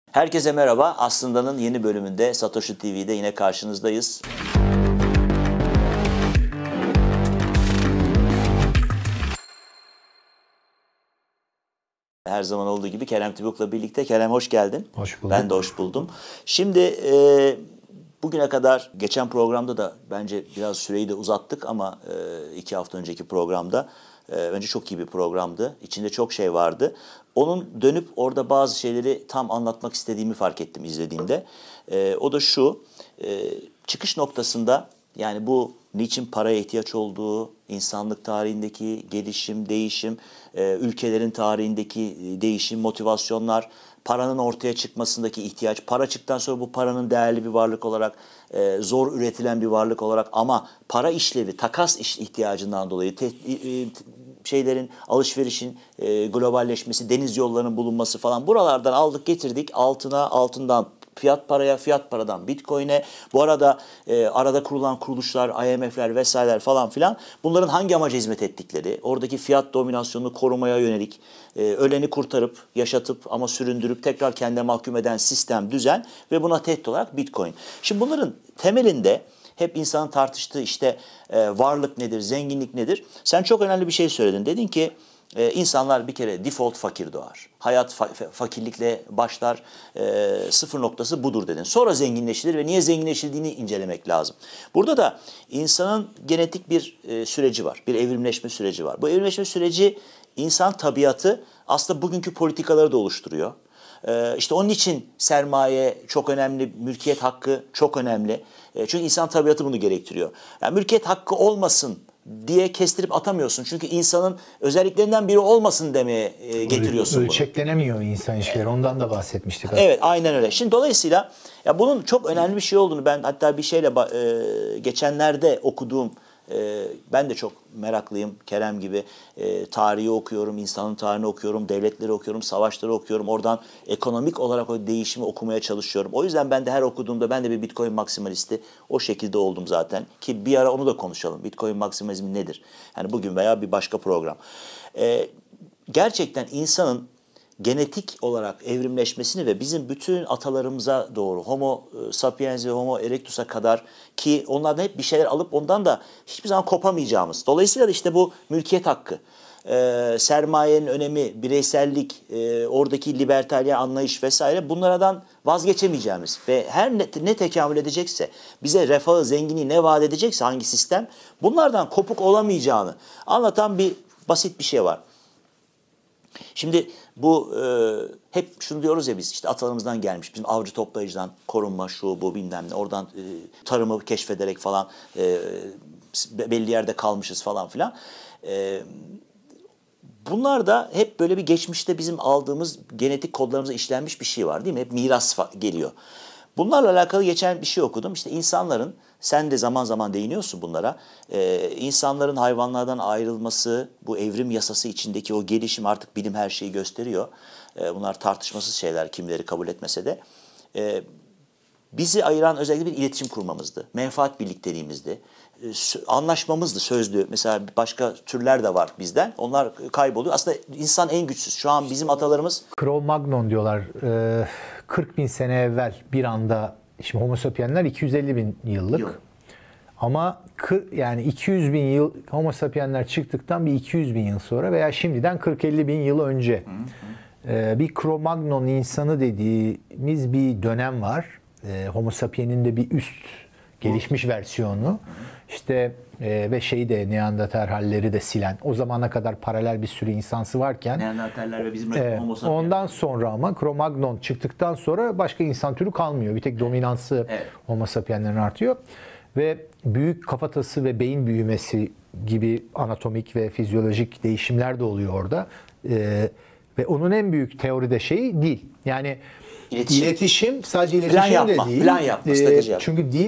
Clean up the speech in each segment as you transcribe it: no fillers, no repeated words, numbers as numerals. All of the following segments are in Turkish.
Herkese merhaba. Aslında'nın yeni bölümünde Satoshi TV'de yine karşınızdayız. Her zaman olduğu gibi Kerem Tibuk'la birlikte. Kerem hoş geldin. Hoş bulduk. Ben de hoş buldum. Şimdi bugüne kadar geçen programda da bence biraz süreyi de uzattık ama 2 hafta önceki programda bence çok iyi bir programdı. İçinde çok şey vardı. Onun dönüp orada bazı şeyleri tam anlatmak istediğimi fark ettim izlediğimde. O da şu, çıkış noktasında yani bu niçin paraya ihtiyaç olduğu, insanlık tarihindeki gelişim, değişim, ülkelerin tarihindeki değişim, motivasyonlar, paranın ortaya çıkmasındaki ihtiyaç, para çıktıktan sonra bu paranın değerli bir varlık olarak, zor üretilen bir varlık olarak ama para işlevi, takas ihtiyacından dolayı şeylerin, alışverişin globalleşmesi, deniz yollarının bulunması falan buralardan aldık getirdik altına, altından fiyat paraya, fiyat paradan Bitcoin'e. Bu arada arada kurulan kuruluşlar, IMF'ler vesaireler falan filan bunların hangi amaca hizmet ettikleri, oradaki fiyat dominasyonunu korumaya yönelik öleni kurtarıp, yaşatıp ama süründürüp tekrar kendine mahkum eden sistem, düzen ve buna tehdit olarak Bitcoin. Şimdi bunların temelinde hep insanın tartıştığı işte varlık nedir, zenginlik nedir? Sen çok önemli bir şey söyledin. Dedin ki insanlar bir kere default fakir doğar. Hayat fakirlikle başlar, sıfır noktası budur dedin. Sonra zenginleşilir ve niye zenginleşildiğini incelemek lazım. Burada da insanın genetik bir süreci var, bir evrimleşme süreci var. Bu evrimleşme süreci insan tabiatı aslında bugünkü politikaları da oluşturuyor. İşte onun için sermaye çok önemli, mülkiyet hakkı çok önemli. Çünkü insan tabiatı bunu gerektiriyor. Yani mülkiyet hakkı olmasın diye kestirip atamıyorsun. Çünkü insanın özelliklerinden biri olmasın demeye getiriyorsun bunu. Ölçeklenemiyor insan ilişkileri. Ondan da bahsetmiştik. Evet, aynen öyle. Şimdi dolayısıyla ya bunun çok önemli bir şey olduğunu ben hatta bir şeyle geçenlerde okuduğum, ben de çok meraklıyım Kerem gibi. Tarihi okuyorum, insanın tarihini okuyorum, devletleri okuyorum, savaşları okuyorum. Oradan ekonomik olarak o değişimi okumaya çalışıyorum. O yüzden ben de her okuduğumda ben de bir Bitcoin maksimalisti o şekilde oldum zaten. Ki bir ara onu da konuşalım. Bitcoin maksimalizmi nedir? Yani bugün veya bir başka program. Gerçekten insanın genetik olarak evrimleşmesini ve bizim bütün atalarımıza doğru Homo sapiens ve Homo erectus'a kadar ki onlardan hep bir şeyler alıp ondan da hiçbir zaman kopamayacağımız. Dolayısıyla da işte bu mülkiyet hakkı, sermayenin önemi, bireysellik, oradaki libertaryen anlayış vesaire bunlardan vazgeçemeyeceğimiz ve her ne tekamül edecekse, bize refahı, zenginliği ne vaat edecekse hangi sistem bunlardan kopuk olamayacağını anlatan bir basit bir şey var. Şimdi bu hep şunu diyoruz ya biz işte atalarımızdan gelmiş bizim avcı toplayıcıdan korunma şu bu bilmem ne oradan tarımı keşfederek falan belli yerde kalmışız falan filan. Bunlar da hep böyle bir geçmişte bizim aldığımız genetik kodlarımıza işlenmiş bir şey var değil mi? Hep miras geliyor. Bunlarla alakalı geçen bir şey okudum. İşte insanların, sen de zaman zaman değiniyorsun bunlara, insanların hayvanlardan ayrılması, bu evrim yasası içindeki o gelişim artık bilim her şeyi gösteriyor. Bunlar tartışmasız şeyler kimleri kabul etmese de. Bizi ayıran özellikle bir iletişim kurmamızdı. Menfaat birlikteliğimizdi. Anlaşmamızdı sözlü. Mesela başka türler de var bizden. Onlar kayboluyor. Aslında insan en güçsüz. Şu an bizim atalarımız... Cro-Magnon diyorlar. 40 bin sene evvel bir anda, şimdi Homo sapiensler 250 bin yıllık. Ama yani 200 bin yıl Homo sapiensler çıktıktan bir 200 bin yıl sonra veya şimdiden 40-50 bin yıl önce bir Cro-Magnon insanı dediğimiz bir dönem var. Homo sapiens'in de bir üst gelişmiş versiyonu. İşte ve şeyi de Neandertalleri de silen, o zamana kadar paralel bir sürü insansı varken Neandertaller ve bizim Homo sapiens. Ondan sonra ama Cro-Magnon çıktıktan sonra başka insan türü kalmıyor. Bir tek dominansı Homo sapienslerin artıyor. Ve büyük kafatası ve beyin büyümesi gibi anatomik ve fizyolojik değişimler de oluyor orada. Ve onun en büyük teoride şeyi dil. Yani İletişim sadece iletişim de değil. Plan yapma, strateji yapma. Çünkü dil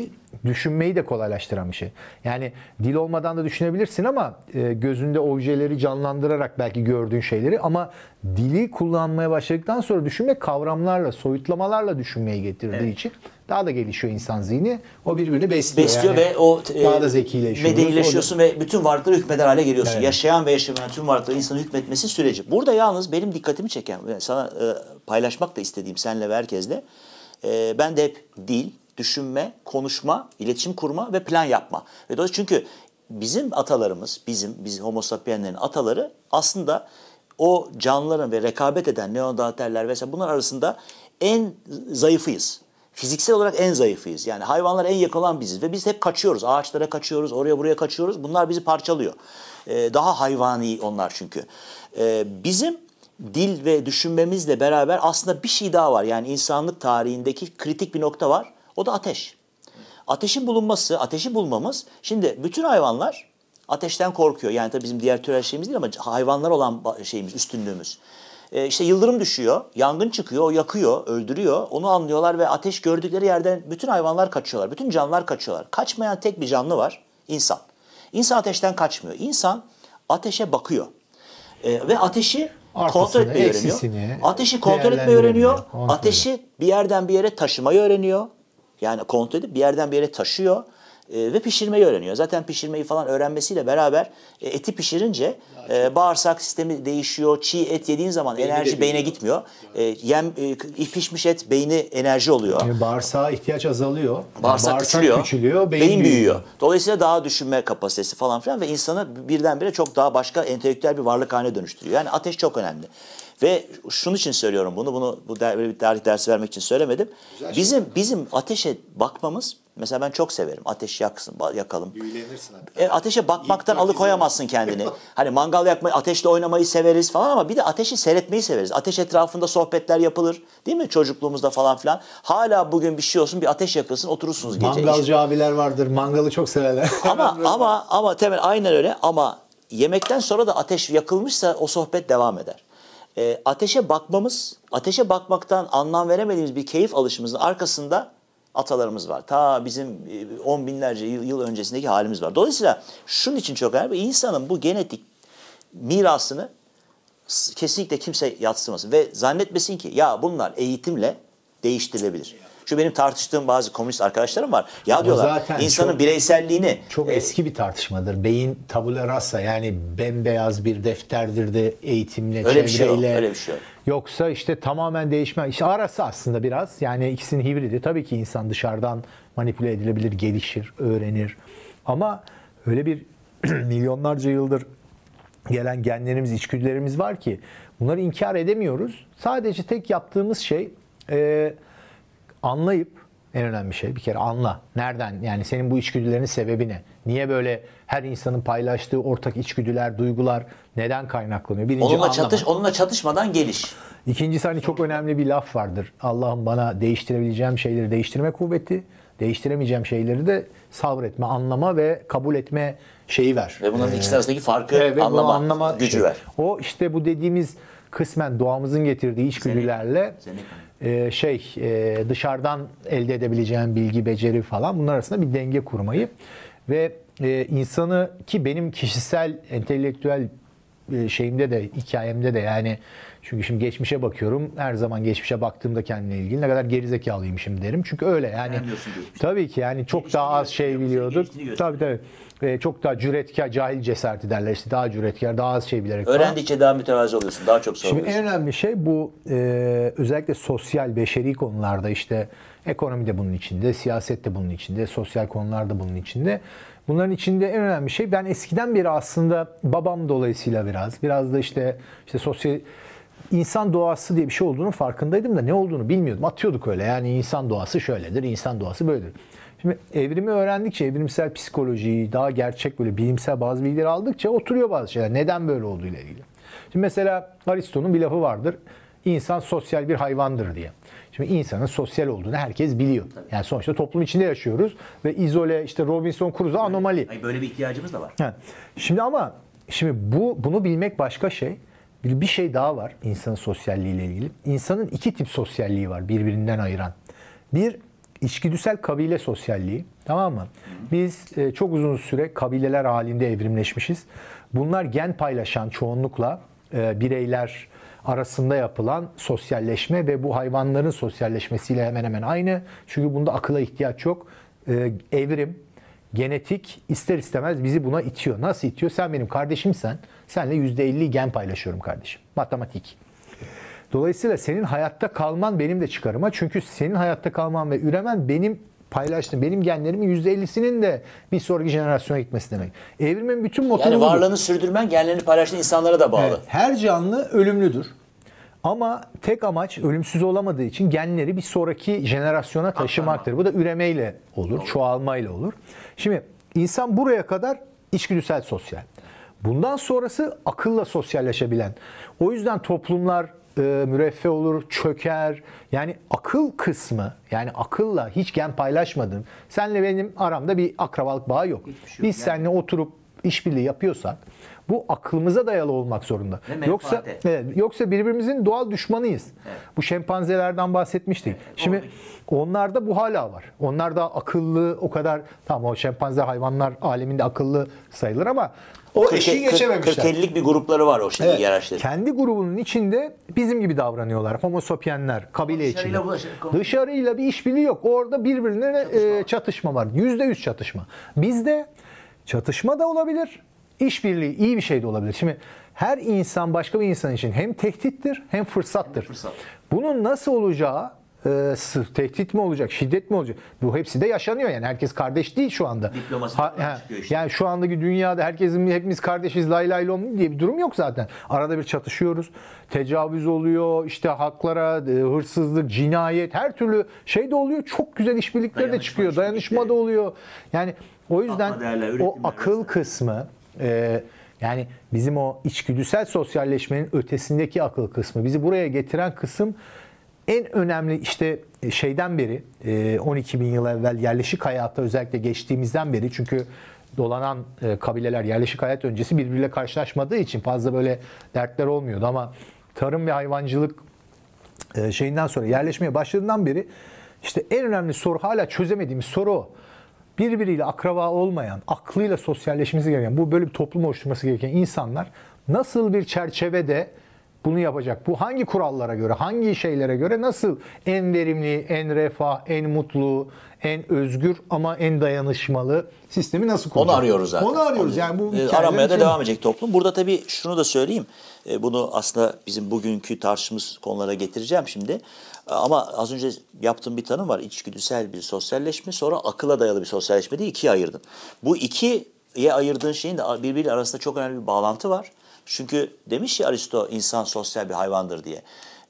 düşünmeyi de kolaylaştıran bir şey. Yani dil olmadan da düşünebilirsin ama gözünde objeleri canlandırarak belki gördüğün şeyleri, ama dili kullanmaya başladıktan sonra düşünmek kavramlarla, soyutlamalarla düşünmeyi getirdiği için daha da gelişiyor insan zihni. O birbirini besliyor. Yani. Ve o daha da zekileşiyoruz. Medenileşiyorsun ve bütün varlıklara hükmeder hale geliyorsun. Evet. Yaşayan ve yaşamayan tüm varlıklara insanın hükmetmesi süreci. Burada yalnız benim dikkatimi çeken, sana paylaşmak da istediğim seninle ve herkesle, ben de hep dil, düşünme, konuşma, iletişim kurma ve plan yapma. Ve dolayısıyla çünkü bizim atalarımız, biz Homo sapienslerin ataları aslında o canlıların ve rekabet eden Neandertaller vesaire bunlar arasında en zayıfıyız. Fiziksel olarak en zayıfıyız. Yani hayvanlara en yakın olan biziz ve biz hep kaçıyoruz. Ağaçlara kaçıyoruz, oraya buraya kaçıyoruz. Bunlar bizi parçalıyor. Daha hayvani onlar çünkü. Bizim dil ve düşünmemizle beraber aslında bir şey daha var. Yani insanlık tarihindeki kritik bir nokta var. O da ateş. Ateşin bulunması, ateşi bulmamız. Şimdi bütün hayvanlar ateşten korkuyor. Yani tabii bizim diğer tür her şeyimiz değil ama hayvanlar olan şeyimiz, üstünlüğümüz. İşte yıldırım düşüyor, yangın çıkıyor, o yakıyor, öldürüyor. Onu anlıyorlar ve ateş gördükleri yerden bütün hayvanlar kaçıyorlar. Bütün canlılar kaçıyorlar. Kaçmayan tek bir canlı var, insan. İnsan ateşten kaçmıyor. İnsan ateşe bakıyor. Ve ateşi kontrol etmeyi öğreniyor. Ateşi kontrol etmeyi öğreniyor. Ateşi bir yerden bir yere taşımayı öğreniyor. Yani kontrol edip bir yerden bir yere taşıyor. Ve pişirmeyi öğreniyor. Zaten pişirmeyi falan öğrenmesiyle beraber eti pişirince bağırsak sistemi değişiyor. Çiğ et yediğin zaman enerji beyne gitmiyor. Pişmiş et beyni enerji oluyor. Yani bağırsağa ihtiyaç azalıyor. Bağırsak küçülüyor, beyin büyüyor. Dolayısıyla daha düşünme kapasitesi falan filan ve insanı birdenbire çok daha başka entelektüel bir varlık haline dönüştürüyor. Yani ateş çok önemli. Ve şunun için söylüyorum bunu bu bir tarih dersi vermek için söylemedim. Bizim ateşe bakmamız, mesela ben çok severim. Ateş yakalım. Büyülenirsin. Ateşe bakmaktan alıkoyamazsın kendini. Hani mangal yakmayı, ateşle oynamayı severiz falan ama bir de ateşi seyretmeyi severiz. Ateş etrafında sohbetler yapılır. Değil mi? Çocukluğumuzda falan filan. Hala bugün bir şey olsun, bir ateş yakılsın, oturursunuz gece. Mangalcı abiler vardır. Mangalı çok severler. ama temel aynen öyle ama yemekten sonra da ateş yakılmışsa o sohbet devam eder. Ateşe bakmaktan anlam veremediğimiz bir keyif alışımızın arkasında atalarımız var. Ta bizim 10 binlerce yıl öncesindeki halimiz var. Dolayısıyla şunun için çok önemli. İnsanın bu genetik mirasını kesinlikle kimse yadsımasın. Ve zannetmesin ki ya bunlar eğitimle değiştirilebilir. Şu benim tartıştığım bazı komünist arkadaşlarım var. Ya diyorlar insanın bireyselliğini... Çok eski bir tartışmadır. Beyin tabula rasa, yani bembeyaz bir defterdir de eğitimle, öyle çevreyle. Öyle bir şey yok. Yoksa işte tamamen değişme. İşte arası aslında biraz. Yani ikisinin hibridi. Tabii ki insan dışarıdan manipüle edilebilir, gelişir, öğrenir. Ama öyle bir milyonlarca yıldır gelen genlerimiz, içgüdülerimiz var ki bunları inkar edemiyoruz. Sadece tek yaptığımız şey anlayıp, en önemli şey bir kere anla. Nereden? Yani senin bu içgüdülerin sebebi ne? Niye böyle her insanın paylaştığı ortak içgüdüler, duygular neden kaynaklanıyor? Birinci onunla çatışmadan geliş. İkincisi hani çok önemli bir laf vardır. Allah'ım bana değiştirebileceğim şeyleri değiştirme kuvveti, değiştiremeyeceğim şeyleri de sabretme, anlama ve kabul etme şeyi ver. Ve bunların ikisi arasındaki farkı anlama gücü ver. O işte bu dediğimiz kısmen doğamızın getirdiği içgüdülerle dışarıdan elde edebileceğim bilgi, beceri falan bunlar arasında bir denge kurmayı ve insanı, ki benim kişisel entelektüel şeyimde de, hikayemde de, yani çünkü şimdi geçmişe bakıyorum, her zaman geçmişe baktığımda kendimle ilgili ne kadar gerizekalıymışım derim. Çünkü öyle yani. Tabii ki yani çok daha az şey biliyorduk. Tabii. Çok daha cüretkar, cahil cesareti derler işte, daha cüretkar, daha az şey bilerek. Öğrendikçe daha mütevazı oluyorsun, daha çok soruyorsun. Şimdi en önemli şey bu, özellikle sosyal, beşeri konularda, işte ekonomi de bunun içinde, siyaset de bunun içinde, sosyal konular da bunun içinde. Bunların içinde en önemli şey, ben eskiden beri aslında babam dolayısıyla biraz da işte sosyal insan doğası diye bir şey olduğunu farkındaydım da ne olduğunu bilmiyordum. Atıyorduk öyle, yani insan doğası şöyledir, insan doğası böyledir. Şimdi evrimi öğrendikçe, evrimsel psikolojiyi, daha gerçek böyle bilimsel bazı bilgiler aldıkça oturuyor bazı şeyler. Neden böyle olduğu ile ilgili. Şimdi mesela Aristo'nun bir lafı vardır. İnsan sosyal bir hayvandır diye. Şimdi insanın sosyal olduğunu herkes biliyor. Yani sonuçta toplum içinde yaşıyoruz ve izole, işte Robinson Crusoe anomali. Böyle bir ihtiyacımız da var. Şimdi bunu bilmek başka şey. Bir şey daha var insanın sosyalliği ile ilgili. İnsanın iki tip sosyalliği var birbirinden ayıran. Bir, İçgüdüsel kabile sosyalliği, tamam mı? Biz çok uzun süre kabileler halinde evrimleşmişiz. Bunlar gen paylaşan çoğunlukla bireyler arasında yapılan sosyalleşme ve bu hayvanların sosyalleşmesiyle hemen hemen aynı. Çünkü bunda akıla ihtiyaç yok. Evrim, genetik ister istemez bizi buna itiyor. Nasıl itiyor? Sen benim kardeşimsen, seninle %50 gen paylaşıyorum kardeşim. Matematik. Dolayısıyla senin hayatta kalman benim de çıkarıma. Çünkü senin hayatta kalman ve üremen benim paylaştığım, benim genlerimin %50'sinin de bir sonraki jenerasyona gitmesi demek. Evrimin bütün motoru yani budur. varlığını sürdürmen genlerini paylaştığın insanlara da bağlı. Evet, her canlı ölümlüdür. Ama tek amaç ölümsüz olamadığı için genleri bir sonraki jenerasyona taşımaktır. Bu da üremeyle olur, çoğalmayla olur. Şimdi insan buraya kadar içgüdüsel sosyal. Bundan sonrası akılla sosyalleşebilen. O yüzden toplumlar müreffeh olur, çöker. Yani akıl kısmı, yani akılla hiç gen paylaşmadığım, senle benim aramda bir akrabalık bağı yok. Şey Biz seninle oturup işbirliği yapıyorsak bu aklımıza dayalı olmak zorunda. Yoksa birbirimizin doğal düşmanıyız. Evet. Bu şempanzelerden bahsetmiştik. Evet, şimdi onlarda bu hala var. Onlar da akıllı, o kadar, tamam, o şempanze hayvanlar aleminde akıllı sayılır ama o eşiği geçememişler. 40-50'lik bir grupları var o şimdi, evet, araçları. Kendi grubunun içinde bizim gibi davranıyorlar. Homo sapienler kabile içinde. Dışarıyla bir işbirliği yok. Orada birbirine çatışma var. %100 çatışma. Bizde çatışma da olabilir. İşbirliği iyi bir şey de olabilir. Şimdi her insan başka bir insan için hem tehdittir hem fırsattır. Bunun nasıl olacağı, tehdit mi olacak, şiddet mi olacak? Bu hepsi de yaşanıyor yani. Herkes kardeş değil şu anda. İşte. Yani şu andaki dünyada hepimiz kardeşiz, lay lay lom diye bir durum yok zaten. Arada bir çatışıyoruz. Tecavüz oluyor, işte haklara, hırsızlık, cinayet, her türlü şey de oluyor. Çok güzel işbirlikleri de çıkıyor. Dayanışma da oluyor. Yani o yüzden o akıl kısmı, yani bizim o içgüdüsel sosyalleşmenin ötesindeki akıl kısmı, bizi buraya getiren kısım en önemli. İşte şeyden beri 12 bin yıl evvel yerleşik hayata özellikle geçtiğimizden beri, çünkü dolanan kabileler yerleşik hayat öncesi birbiriyle karşılaşmadığı için fazla böyle dertler olmuyordu ama tarım ve hayvancılık şeyinden sonra yerleşmeye başladığından beri işte en önemli soru, hala çözemediğimiz soru o. Birbiriyle akraba olmayan, aklıyla sosyalleşmesi gereken, bu böyle bir toplum oluşturması gereken insanlar nasıl bir çerçevede bunu yapacak? Bu hangi kurallara göre, hangi şeylere göre nasıl en verimli, en refah, en mutlu, en özgür ama en dayanışmalı sistemi nasıl kuracak? Onu arıyoruz zaten. Onu arıyoruz. Yani bu aramaya da devam edecek toplum. Burada tabii şunu da söyleyeyim. Bunu aslında bizim bugünkü tartışmamız konulara getireceğim şimdi. Ama az önce yaptığım bir tanım var. İçgüdüsel bir sosyalleşme, sonra akıla dayalı bir sosyalleşme diye ikiye ayırdın. Bu ikiye ayırdığın şeyin de birbiriyle arasında çok önemli bir bağlantı var. Çünkü demiş ya Aristo, insan sosyal bir hayvandır diye.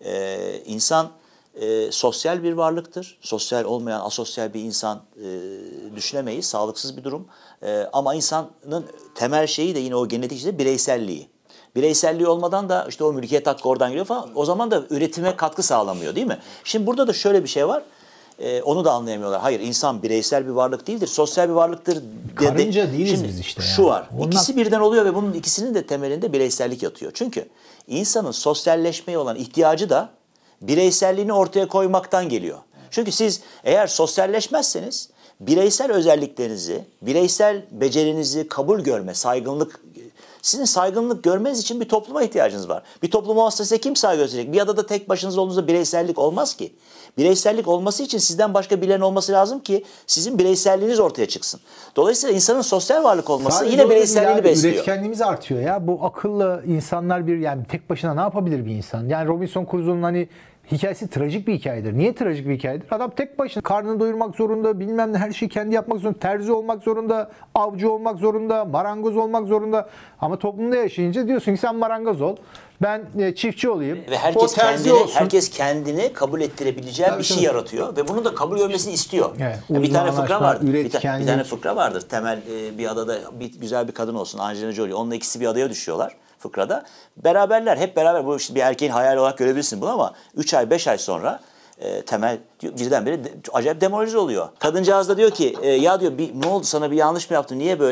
İnsan sosyal bir varlıktır. Sosyal olmayan, asosyal bir insan düşünemeyiz. Sağlıksız bir durum. Ama insanın temel şeyi de yine o genetik işte bireyselliği. Bireyselliği olmadan da işte o mülkiyet hakkı oradan geliyor falan. O zaman da üretime katkı sağlamıyor, değil mi? Şimdi burada da şöyle bir şey var. Onu da anlayamıyorlar. Hayır, insan bireysel bir varlık değildir. Sosyal bir varlıktır. Karınca değiliz şimdi biz işte. Şu var. İkisi birden oluyor ve bunun ikisinin de temelinde bireysellik yatıyor. Çünkü insanın sosyalleşmeye olan ihtiyacı da bireyselliğini ortaya koymaktan geliyor. Çünkü siz eğer sosyalleşmezseniz bireysel özelliklerinizi, bireysel becerinizi kabul görme, saygınlık, sizin saygınlık görmeniz için bir topluma ihtiyacınız var. Bir toplum olmazsa size kim saygı gösterecek? Bir adada tek başınıza olduğunuzda bireysellik olmaz ki. Bireysellik olması için sizden başka birilerinin olması lazım ki sizin bireyselliğiniz ortaya çıksın. Dolayısıyla insanın sosyal varlık olması sadece yine bireyselliğini besliyor. Üretkenliğimiz artıyor ya. Bu akıllı insanlar yani tek başına ne yapabilir bir insan? Yani Robinson Crusoe'nun hani hikayesi trajik bir hikayedir. Niye trajik bir hikayedir? Adam tek başına karnını doyurmak zorunda, bilmem ne, her şeyi kendi yapmak zorunda, terzi olmak zorunda, avcı olmak zorunda, marangoz olmak zorunda. Ama toplumda yaşayınca diyorsun ki sen marangoz ol, ben çiftçi olayım. Ve herkes kendini kabul ettirebileceği bir şey yaratıyor ve bunu da kabul görmesini istiyor. Evet, bir tane fıkra vardır. Bir tane fıkra vardır. Temel bir adada güzel bir kadın olsun, Angelina Jolie. Onunla ikisi bir adaya düşüyorlar fıkrada. Beraberler, hep beraber. Bu işte bir erkeğin hayali olarak görebilirsin bunu ama 3 ay 5 ay sonra Temel birdenbire acayip demoralize oluyor. Kadıncağız da diyor ki ya diyor ne oldu, sana bir yanlış mı yaptım, niye böyle?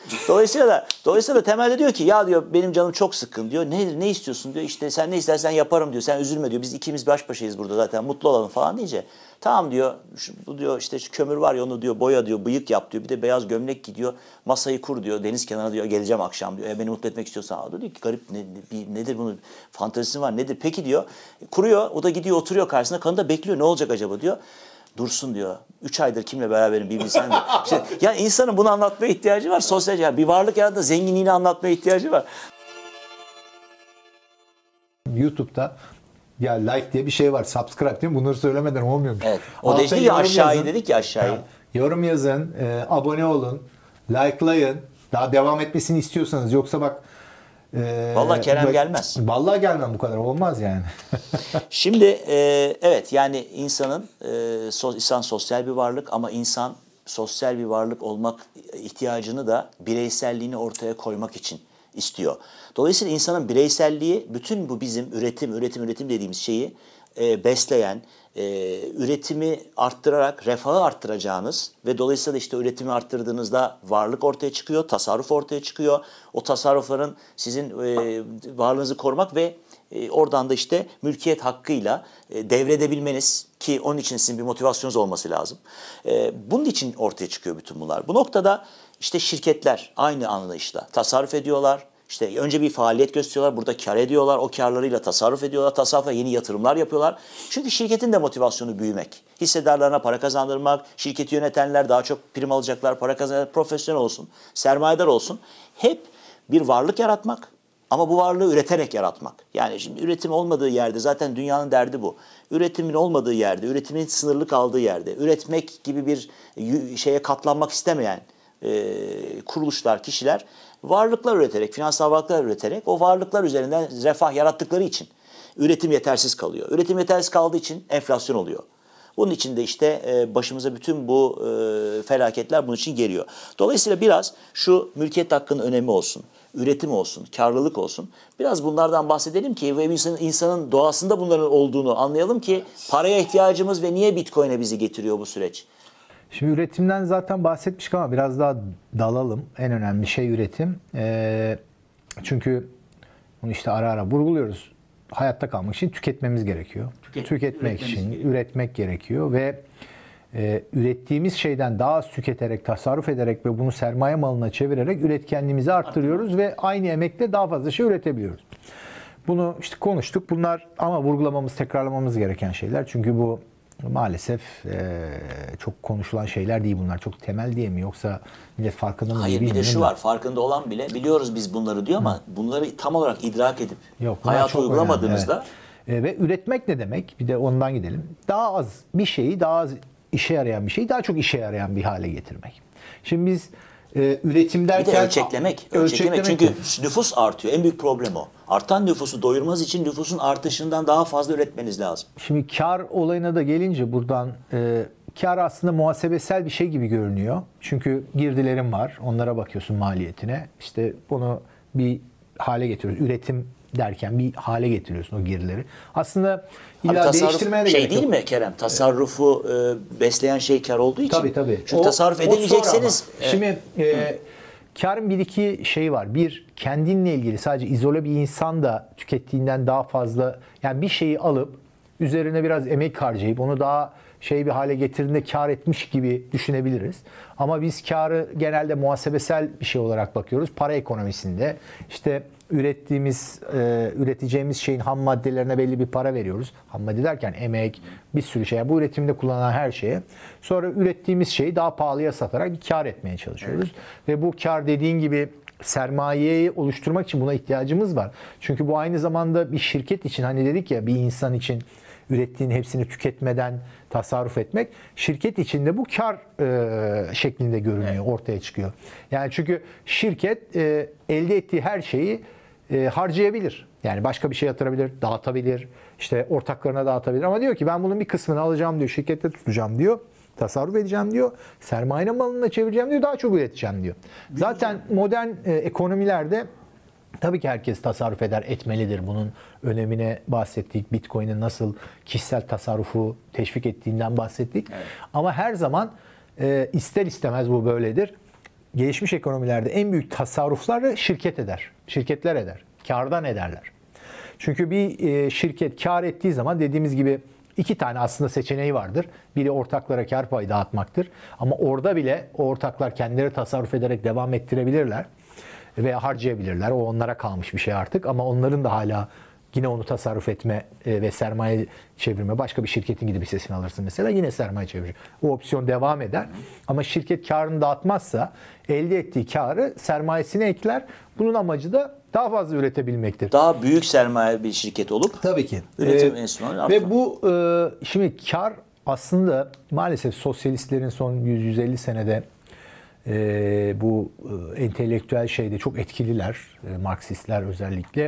Dolayısıyla da temelde diyor ki ya diyor benim canım çok sıkkın diyor. Ne istiyorsun diyor. İşte sen ne istersen yaparım diyor. Sen üzülme diyor. Biz ikimiz baş başayız burada zaten. Mutlu olalım falan deyince. Tamam diyor. Bu diyor işte şu kömür var ya onu diyor boya diyor. Bıyık yap diyor. Bir de beyaz gömlek giy diyor. Masayı kur diyor. Deniz kenarına diyor. Geleceğim akşam diyor. Beni mutlu etmek istiyorsan. Diyor ki garip nedir bunun fantezisi var nedir? Peki diyor. Kuruyor. O da gidiyor oturuyor karşısında. Kadın da bekliyor. Ne olacak acaba diyor. Dursun diyor. 3 aydır kimle beraberim bir bilsen diyor. İşte, yani insanın bunu anlatmaya ihtiyacı var. Sosyal yani bir varlık yarattı zenginliğini anlatmaya ihtiyacı var. YouTube'da ya like diye bir şey var. Subscribe diye bunları söylemeden olmuyormuş. Evet. O değişti ya aşağıyı yazın, dedik ya aşağıyı. Ha, yorum yazın, abone olun, likelayın. Daha devam etmesini istiyorsanız yoksa bak vallahi Kerem gelmez. Vallahi gelmem bu kadar olmaz yani. Şimdi evet yani insan sosyal bir varlık ama insan sosyal bir varlık olmak ihtiyacını da bireyselliğini ortaya koymak için istiyor. Dolayısıyla insanın bireyselliği bütün bu bizim üretim dediğimiz şeyi besleyen, üretimi arttırarak refahı arttıracağınız ve dolayısıyla işte üretimi arttırdığınızda varlık ortaya çıkıyor, tasarruf ortaya çıkıyor. O tasarrufların sizin varlığınızı korumak ve oradan da işte mülkiyet hakkıyla devredebilmeniz ki onun için sizin bir motivasyonunuz olması lazım. Bunun için ortaya çıkıyor bütün bunlar. Bu noktada işte şirketler aynı anlayışla tasarruf ediyorlar. İşte önce bir faaliyet gösteriyorlar, burada kar ediyorlar, o karlarıyla tasarruf ediyorlar, tasarrufla yeni yatırımlar yapıyorlar. Çünkü şirketin de motivasyonu büyümek. Hissedarlarına para kazandırmak, şirketi yönetenler daha çok prim alacaklar, para kazanacaklar, profesyonel olsun, sermayedar olsun. Hep bir varlık yaratmak ama bu varlığı üreterek yaratmak. Yani şimdi üretim olmadığı yerde zaten dünyanın derdi bu. Üretimin olmadığı yerde, üretimin sınırlı kaldığı yerde, üretmek gibi bir şeye katlanmak istemeyen kuruluşlar, kişiler varlıklar üreterek, finansal varlıklar üreterek o varlıklar üzerinden refah yarattıkları için üretim yetersiz kalıyor. Üretim yetersiz kaldığı için enflasyon oluyor. Bunun için de işte başımıza bütün bu felaketler bunun için geliyor. Dolayısıyla biraz şu mülkiyet hakkının önemi olsun, üretim olsun, karlılık olsun. Biraz bunlardan bahsedelim ki ve insanın doğasında bunların olduğunu anlayalım ki paraya ihtiyacımız ve niye Bitcoin'e bizi getiriyor bu süreç? Şimdi üretimden zaten bahsetmiştik ama biraz daha dalalım. En önemli şey üretim. Çünkü bunu işte ara ara vurguluyoruz. Hayatta kalmak için tüketmemiz gerekiyor. Tüketmek için üretmek gerekiyor ve ürettiğimiz şeyden daha az tüketerek, tasarruf ederek ve bunu sermaye malına çevirerek üretkenliğimizi arttırıyoruz ve aynı emekle daha fazla şey üretebiliyoruz. Bunu işte konuştuk. Bunlar ama vurgulamamız, tekrarlamamız gereken şeyler. Çünkü bu maalesef çok konuşulan şeyler değil bunlar. Çok temel diye mi yoksa millet farkında mı? Hayır bir de şu var farkında olan bile biliyoruz biz bunları diyor ama bunları tam olarak idrak edip hayata uygulamadığınızda. Evet. Ve üretmek ne demek? Bir de ondan gidelim. Daha az bir şeyi daha az işe yarayan bir şeyi daha çok işe yarayan bir hale getirmek. Şimdi biz üretim derken... Bir de ölçeklemek. Çünkü nüfus artıyor. En büyük problem o. Artan nüfusu doyurmanız için nüfusun artışından daha fazla üretmeniz lazım. Şimdi kar olayına da gelince buradan kar aslında muhasebesel bir şey gibi görünüyor. Çünkü girdilerin var. Onlara bakıyorsun maliyetine. İşte bunu bir hale getiriyoruz. Üretim derken bir hale getiriyorsun o girdileri. Aslında illa değiştirmeye de gerek yok. Şey değil mi Kerem? Tasarrufu besleyen şey kar olduğu için. Tabii. Çünkü tasarruf edemeyecekseniz... Şimdi karın bir iki şeyi var. Bir, kendinle ilgili sadece izole bir insan da tükettiğinden daha fazla yani bir şeyi alıp üzerine biraz emek harcayıp onu daha bir hale getirdiğinde kar etmiş gibi düşünebiliriz. Ama biz karı genelde muhasebesel bir şey olarak bakıyoruz. Para ekonomisinde işte üreteceğimiz şeyin ham maddelerine belli bir para veriyoruz. Ham madde derken emek, bir sürü şey. Bu üretimde kullanılan her şeye. Sonra ürettiğimiz şeyi daha pahalıya satarak bir kar etmeye çalışıyoruz. Evet. Ve bu kar dediğin gibi sermayeyi oluşturmak için buna ihtiyacımız var. Çünkü bu aynı zamanda bir şirket için hani dedik ya bir insan için ürettiğin hepsini tüketmeden tasarruf etmek şirket içinde bu kar şeklinde görünüyor, ortaya çıkıyor. Yani çünkü şirket elde ettiği her şeyi harcayabilir. Yani başka bir şey yatırabilir, dağıtabilir, işte ortaklarına dağıtabilir ama diyor ki ben bunun bir kısmını alacağım diyor, şirkette tutacağım diyor. Tasarruf edeceğim diyor. Sermaye malına çevireceğim diyor. Daha çok üreteceğim diyor. Zaten modern ekonomilerde tabii ki herkes tasarruf etmelidir. Bunun önemine bahsettik. Bitcoin'in nasıl kişisel tasarrufu teşvik ettiğinden bahsettik. Evet. Ama her zaman ister istemez bu böyledir. gelişmiş ekonomilerde en büyük tasarrufları şirketler eder. Kârdan ederler. Çünkü bir şirket kâr ettiği zaman dediğimiz gibi iki tane aslında seçeneği vardır. Biri ortaklara kâr payı dağıtmaktır. Ama orada bile o ortaklar kendileri tasarruf ederek devam ettirebilirler veya harcayabilirler. O onlara kalmış bir şey artık ama onların da hala yine onu tasarruf etme ve sermaye çevirme. Başka bir şirketin gidip hissesini alırsın mesela yine sermaye çevirir. O opsiyon devam eder. Ama şirket karını dağıtmazsa elde ettiği karı sermayesine ekler. Bunun amacı da daha fazla üretebilmektir. Daha büyük sermaye bir şirket olup tabii ki üretim enstrümanı ve bu şimdi kar aslında maalesef sosyalistlerin son 100-150 senede bu entelektüel şeyde çok etkililer. Marksistler özellikle.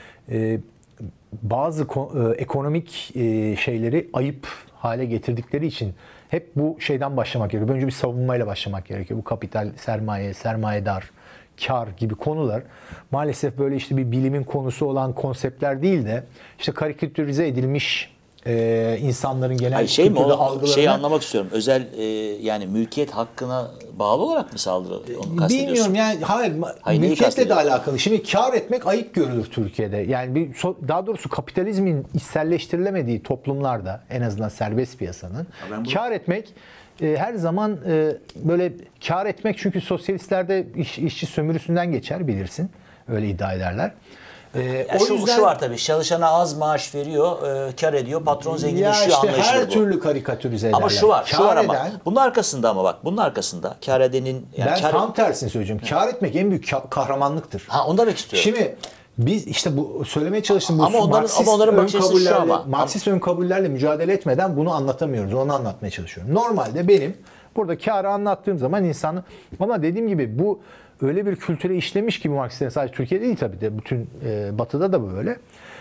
Bazı ekonomik şeyleri ayıp hale getirdikleri için hep bu şeyden başlamak gerekiyor. Önce bir savunmayla başlamak gerekiyor. Bu kapital, sermaye, sermayedar, kar gibi konular maalesef böyle işte bir bilimin konusu olan konseptler değil de işte karikatürize edilmiş insanların genel şey mi o algılarına... Şeyi anlamak istiyorum. Özel yani mülkiyet hakkına bağlı olarak mı saldırı? Onu kastediyorsun? Bilmiyorum yani hayır mülkiyetle de alakalı. Şimdi kar etmek ayıp görülür Türkiye'de. Yani daha doğrusu kapitalizmin içselleştirilemediği toplumlarda en azından serbest piyasanın kar etmek her zaman böyle kar etmek çünkü sosyalistlerde işçi sömürüsünden geçer bilirsin. Öyle iddia ederler. O yüzden, şu var tabii çalışana az maaş veriyor, kar ediyor, patron zenginleşiyor işte anlayışıdır her bu. türlü karikatürize ederler. Ama şu var ama bunun arkasında bunun arkasında kar edenin ben tam tersini söyleyeceğim. Kar etmek en büyük kahramanlıktır. Onu demek istiyorum. Şimdi biz işte bu söylemeye çalıştığım bu ama onların Marksist ön kabullerle mücadele etmeden bunu anlatamıyoruz. Onu anlatmaya çalışıyorum. Normalde benim burada karı anlattığım zaman insanı ama dediğim gibi bu öyle bir kültüre işlemiş ki bu Marksistlerin sadece Türkiye'de değil tabii de bütün Batı'da da böyle.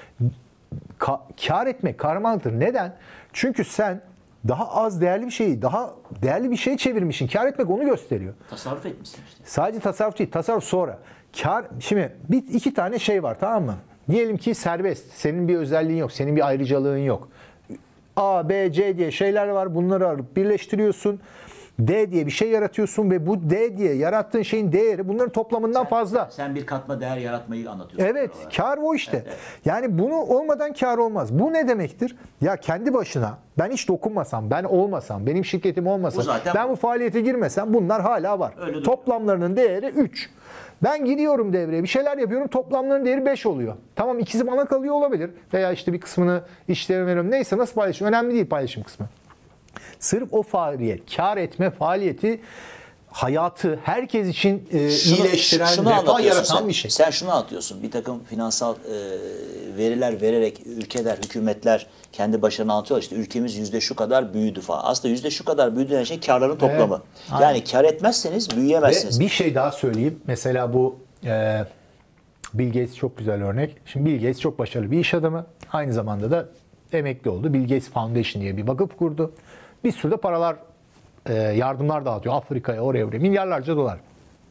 Kar etmek kahramanlıktır. Neden? Çünkü sen daha az değerli bir şeyi daha değerli bir şey çevirmişsin. Kar etmek onu gösteriyor. Tasarruf etmişsin işte. Sadece tasarruf değil. Tasarruf sonra. Şimdi iki tane şey var tamam mı? Diyelim ki serbest. Senin bir özelliğin yok. Senin bir ayrıcalığın yok. A, B, C diye şeyler var. Bunları alıp birleştiriyorsun. D diye bir şey yaratıyorsun ve bu D diye yarattığın şeyin değeri bunların toplamından fazla. Sen bir katma değer yaratmayı anlatıyorsun. Evet, kar o işte. Evet. Yani bunu olmadan kar olmaz. Bu ne demektir? Ya kendi başına ben hiç dokunmasam, ben olmasam, benim şirketim olmasa, ben bu faaliyete girmesem bunlar hala var. Toplamlarının değeri 3. Ben gidiyorum devreye, bir şeyler yapıyorum, toplamların değeri 5 oluyor. Tamam ikisi bana kalıyor olabilir. Veya işte bir kısmını işlerime veriyorum. Neyse nasıl paylaşım? Önemli değil paylaşım kısmı. Sırf o faaliyet, kar etme faaliyeti hayatı herkes için iyileştiren, refah yaratan bir şey. Sen şunu anlatıyorsun. Bir takım finansal veriler vererek ülkeler, hükümetler kendi başlarına anlatıyorlar. İşte ülkemiz yüzde şu kadar büyüdü falan. Aslında yüzde şu kadar büyüdü denen şey karların toplamı. Evet, yani kar etmezseniz büyüyemezsiniz. Ve bir şey daha söyleyeyim. Mesela bu Bill Gates çok güzel örnek. Şimdi Bill Gates çok başarılı bir iş adamı. Aynı zamanda da emekli oldu. Bill Gates Foundation diye bir vakıf kurdu. Bir sürü de paralar, yardımlar dağıtıyor Afrika'ya, oraya buraya. Milyarlarca dolar.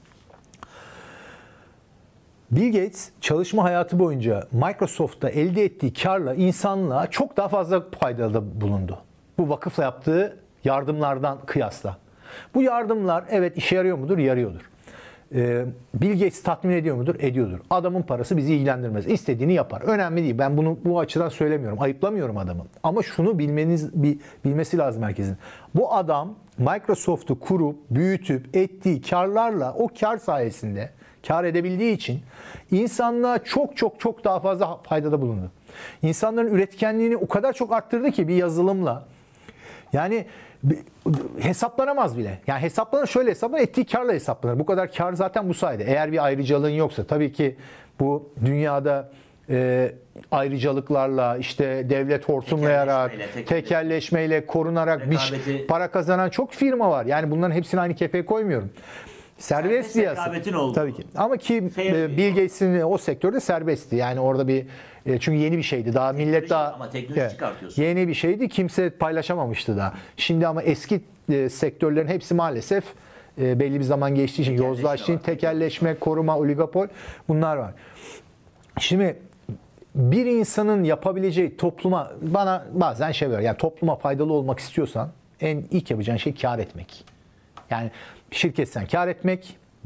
Bill Gates çalışma hayatı boyunca Microsoft'ta elde ettiği karla insanlığa çok daha fazla faydada bulundu. Bu vakıfla yaptığı yardımlardan kıyasla. Bu yardımlar evet işe yarıyor mudur? Yarıyordur. Bill Gates tatmin ediyor mudur? Ediyordur. Adamın parası bizi ilgilendirmez. İstediğini yapar. Önemli değil. Ben bunu bu açıdan söylemiyorum. Ayıplamıyorum adamı. Ama şunu bilmesi lazım herkesin. Bu adam Microsoft'u kurup, büyütüp, ettiği karlarla o kar sayesinde kar edebildiği için insanlığa çok daha fazla faydada bulundu. İnsanların üretkenliğini o kadar çok arttırdı ki bir yazılımla. Yani hesaplanamaz bile. Yani şöyle hesaplanır, ettiği karla hesaplanır. Bu kadar kar zaten bu sayede. Eğer bir ayrıcalığın yoksa tabii ki bu dünyada ayrıcalıklarla işte devlet hortumlayarak, tekelleşmeyle korunarak bir para kazanan çok firma var. Yani bunların hepsini aynı kefeye koymuyorum. Serbest piyasa. Tabii ki. Ama ki Bill Gates'in o sektörde serbestti. Yani orada bir çünkü yeni bir şeydi. Daha millet daha ama teknoloji çıkartıyorsun. Yeni bir şeydi. Kimse paylaşamamıştı daha. Şimdi ama eski sektörlerin hepsi maalesef belli bir zaman geçtiği için yozlaştığı için tekelleşme, koruma, oligopol bunlar var. Şimdi bir insanın yapabileceği topluma bana bazen şey var. Yani topluma faydalı olmak istiyorsan ilk yapacağın şey kar etmek. Yani şirketsen kar etmek,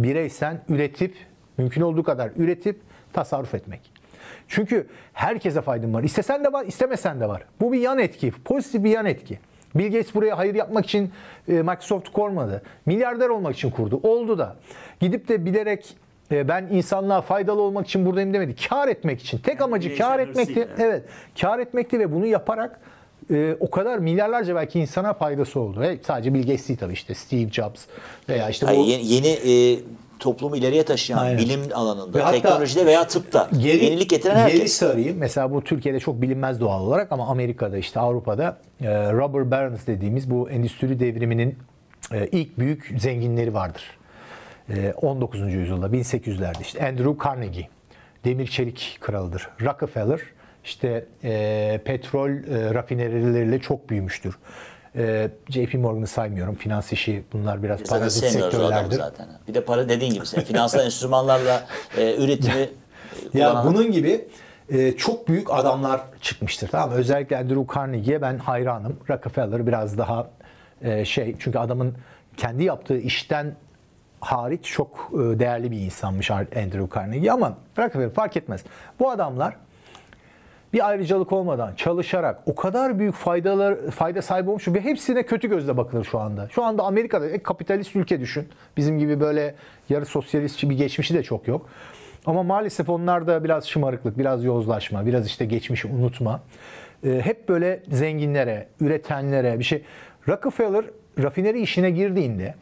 bireysen üretip, mümkün olduğu kadar üretip tasarruf etmek. Çünkü herkese faydın var. İstesen de var, istemesen de var. Bu bir yan etki, pozitif bir yan etki. Bill Gates buraya hayır yapmak için Microsoft'u kurmadı. Milyarder olmak için kurdu. Oldu da. Gidip de bilerek ben insanlığa faydalı olmak için buradayım demedi. Kar etmek için. Tek amacı kar etmekti. Evet. Kar etmekti ve bunu yaparak o kadar milyarlarca belki insana faydası oldu. Ve sadece Bill Gates değil tabii, işte Steve Jobs veya işte bu yeni toplumu ileriye taşıyan Aynen. bilim alanında, ve teknolojide veya tıpta yenilik getiren herkes. Geri sarayım. Mesela bu Türkiye'de çok bilinmez doğal olarak ama Amerika'da, işte Avrupa'da Robert Barons dediğimiz bu endüstri devriminin ilk büyük zenginleri vardır. 19. yüzyılda 1800'lerde işte Andrew Carnegie demir çelik kralıdır. Rockefeller işte petrol rafinerileriyle çok büyümüştür. JP Morgan'ı saymıyorum. Finans işi, bunlar biraz parazit sektörlerdir. Zaten. Bir de para dediğin gibi sen finansal enstrümanlarla üretimi ya bunun gibi çok büyük adamlar çıkmıştır. Tamam mı? Özellikle Andrew Carnegie'ye ben hayranım. Rockefeller biraz daha çünkü adamın kendi yaptığı işten hariç çok değerli bir insanmış Andrew Carnegie, ama Rockefeller fark etmez. Bu adamlar bir ayrıcalık olmadan çalışarak o kadar büyük fayda sahibi olmuş ve hepsine kötü gözle bakılır şu anda. Şu anda Amerika'da kapitalist ülke düşün. Bizim gibi böyle yarı sosyalistçi bir geçmişi de çok yok. Ama maalesef onlarda biraz şımarıklık, biraz yozlaşma, biraz işte geçmişi unutma. Hep böyle zenginlere, üretenlere bir şey. Rockefeller rafineri işine girdiğinde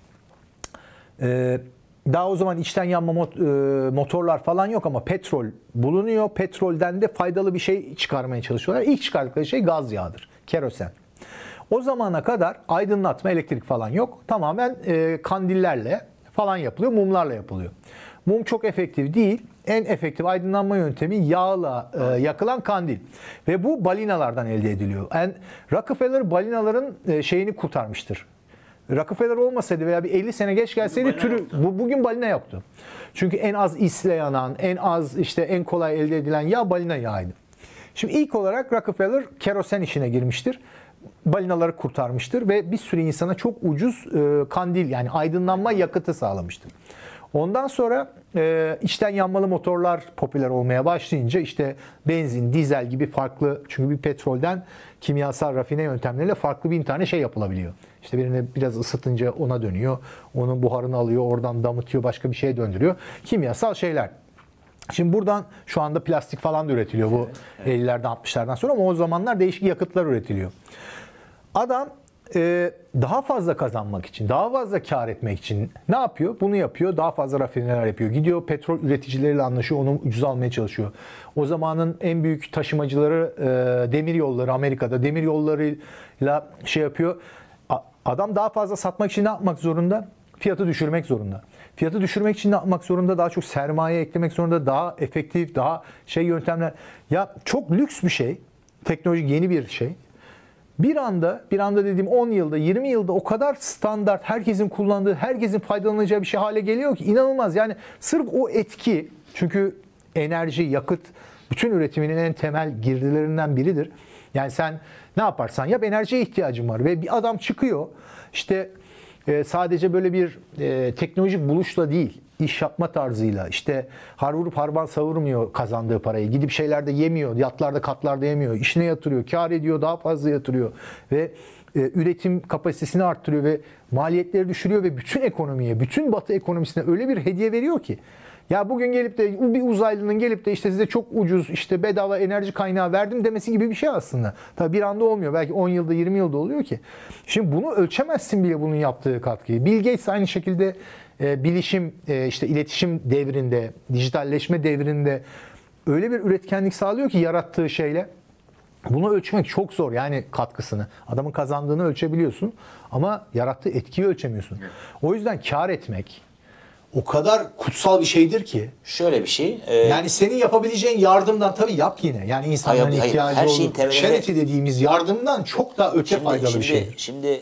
daha o zaman içten yanma motorlar falan yok ama petrol bulunuyor. Petrolden de faydalı bir şey çıkarmaya çalışıyorlar. İlk çıkardıkları şey gaz yağıdır, kerosen. O zamana kadar aydınlatma, elektrik falan yok. Tamamen kandillerle falan yapılıyor, mumlarla yapılıyor. Mum çok efektif değil. En efektif aydınlanma yöntemi yağla yakılan kandil. Ve bu balinalardan elde ediliyor. Rockefeller balinaların şeyini kurtarmıştır. Rockefeller olmasaydı veya bir 50 sene geç gelseydi bugün balina yoktu. Çünkü en az isle yanan, en az işte en kolay elde edilen yağ balina yağıydı. Şimdi ilk olarak Rockefeller kerosen işine girmiştir. Balinaları kurtarmıştır ve bir sürü insana çok ucuz kandil, yani aydınlanma yakıtı sağlamıştır. Ondan sonra içten yanmalı motorlar popüler olmaya başlayınca işte benzin, dizel gibi farklı, çünkü bir petrolden kimyasal rafine yöntemleriyle farklı 1000 tane şey yapılabiliyor. İşte birini biraz ısıtınca ona dönüyor, onun buharını alıyor, oradan damıtıyor, başka bir şeye döndürüyor. Kimyasal şeyler. Şimdi buradan şu anda plastik falan da üretiliyor bu 50'lerden 60'lardan sonra, ama o zamanlar değişik yakıtlar üretiliyor. Adam daha fazla kazanmak için, daha fazla kar etmek için ne yapıyor? Bunu yapıyor. Daha fazla rafineler yapıyor. Gidiyor petrol üreticileriyle anlaşıyor. Onu ucuz almaya çalışıyor. O zamanın en büyük taşımacıları demir yolları, Amerika'da demir yollarıyla şey yapıyor. Adam daha fazla satmak için ne yapmak zorunda? Fiyatı düşürmek zorunda. Fiyatı düşürmek için ne yapmak zorunda? Daha çok sermaye eklemek zorunda. Daha efektif, daha yöntemler. Ya çok lüks bir şey. Teknolojik yeni bir şey. Bir anda dediğim 10 yılda, 20 yılda o kadar standart, herkesin kullandığı, herkesin faydalanacağı bir şey hale geliyor ki inanılmaz. Yani sırf o etki, çünkü enerji, yakıt bütün üretiminin en temel girdilerinden biridir. Yani sen ne yaparsan yap enerjiye ihtiyacın var ve bir adam çıkıyor işte sadece böyle bir teknolojik buluşla değil, iş yapma tarzıyla, işte har vurup harban savurmuyor kazandığı parayı. Gidip şeylerde yemiyor, yatlarda katlarda yemiyor. İşine yatırıyor, kar ediyor, daha fazla yatırıyor ve üretim kapasitesini arttırıyor ve maliyetleri düşürüyor ve bütün ekonomiye, bütün Batı ekonomisine öyle bir hediye veriyor ki. Ya bugün gelip de bir uzaylının gelip de işte size çok ucuz, işte bedava enerji kaynağı verdim demesi gibi bir şey aslında. Tabii bir anda olmuyor. Belki 10 yılda, 20 yılda oluyor ki. Şimdi bunu ölçemezsin bile, bunun yaptığı katkıyı. Bill Gates aynı şekilde bilişim, işte iletişim devrinde, dijitalleşme devrinde öyle bir üretkenlik sağlıyor ki yarattığı şeyle. Bunu ölçmek çok zor, yani katkısını. Adamın kazandığını ölçebiliyorsun ama yarattığı etkiyi ölçemiyorsun. O yüzden kar etmek o kadar kutsal bir şeydir ki. Şöyle bir şey. Yani senin yapabileceğin yardımdan tabii yap yine. Yani insanların ihtiyacı her şeyin olur. temelinde, Charity dediğimiz yardımdan çok daha öte faydalı bir şey. Şimdi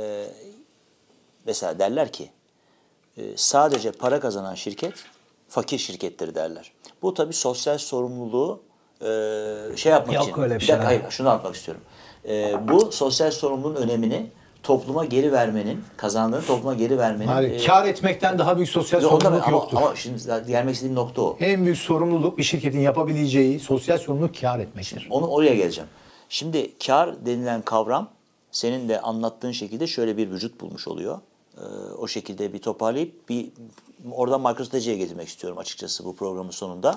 mesela derler ki sadece para kazanan şirket fakir şirketleri derler. Bu tabii sosyal sorumluluğu yapmak Yok için. Öyle bir şey. Hayır, şunu anlatmak istiyorum. Bu sosyal sorumluluğun önemini topluma geri vermenin, kazandığını topluma geri vermenin... kar etmekten daha büyük sosyal sorumluluk yoktur. Ama şimdi gelmek istediğim nokta o. En büyük sorumluluk bir şirketin yapabileceği sosyal sorumluluk kar etmektir. Onu oraya geleceğim. Şimdi kar denilen kavram senin de anlattığın şekilde şöyle bir vücut bulmuş oluyor. O şekilde bir toparlayıp oradan makrostratejiye getirmek istiyorum açıkçası bu programın sonunda.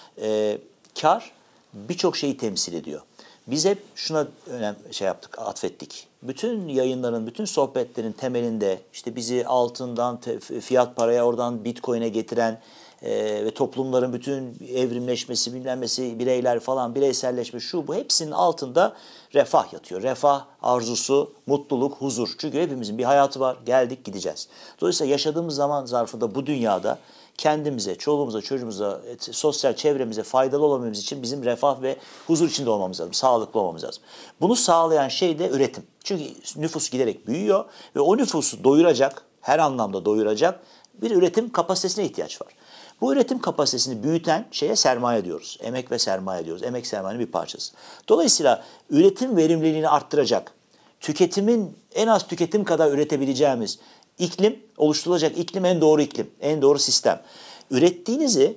Kar birçok şeyi temsil ediyor. Biz hep şuna atfettik. Bütün yayınların, bütün sohbetlerin temelinde işte bizi altından fiyat paraya, oradan Bitcoin'e getiren ve toplumların bütün evrimleşmesi, bilinmesi, bireyler falan, bireyselleşme, şu bu hepsinin altında refah yatıyor. Refah arzusu, mutluluk, huzur. Çünkü hepimizin bir hayatı var. Geldik, gideceğiz. Dolayısıyla yaşadığımız zaman zarfında bu dünyada kendimize, çoluğumuza, çocuğumuza, sosyal çevremize faydalı olabilmemiz için bizim refah ve huzur içinde olmamız lazım. Sağlıklı olmamız lazım. Bunu sağlayan şey de üretim. Çünkü nüfus giderek büyüyor ve o nüfusu doyuracak, her anlamda doyuracak bir üretim kapasitesine ihtiyaç var. Bu üretim kapasitesini büyüten şeye sermaye diyoruz. Emek ve sermaye diyoruz. Emek sermayenin bir parçası. Dolayısıyla üretim verimliliğini arttıracak, tüketimin en az tüketim kadar üretebileceğimiz iklim, oluşturulacak iklim en doğru iklim, en doğru sistem. Ürettiğinizi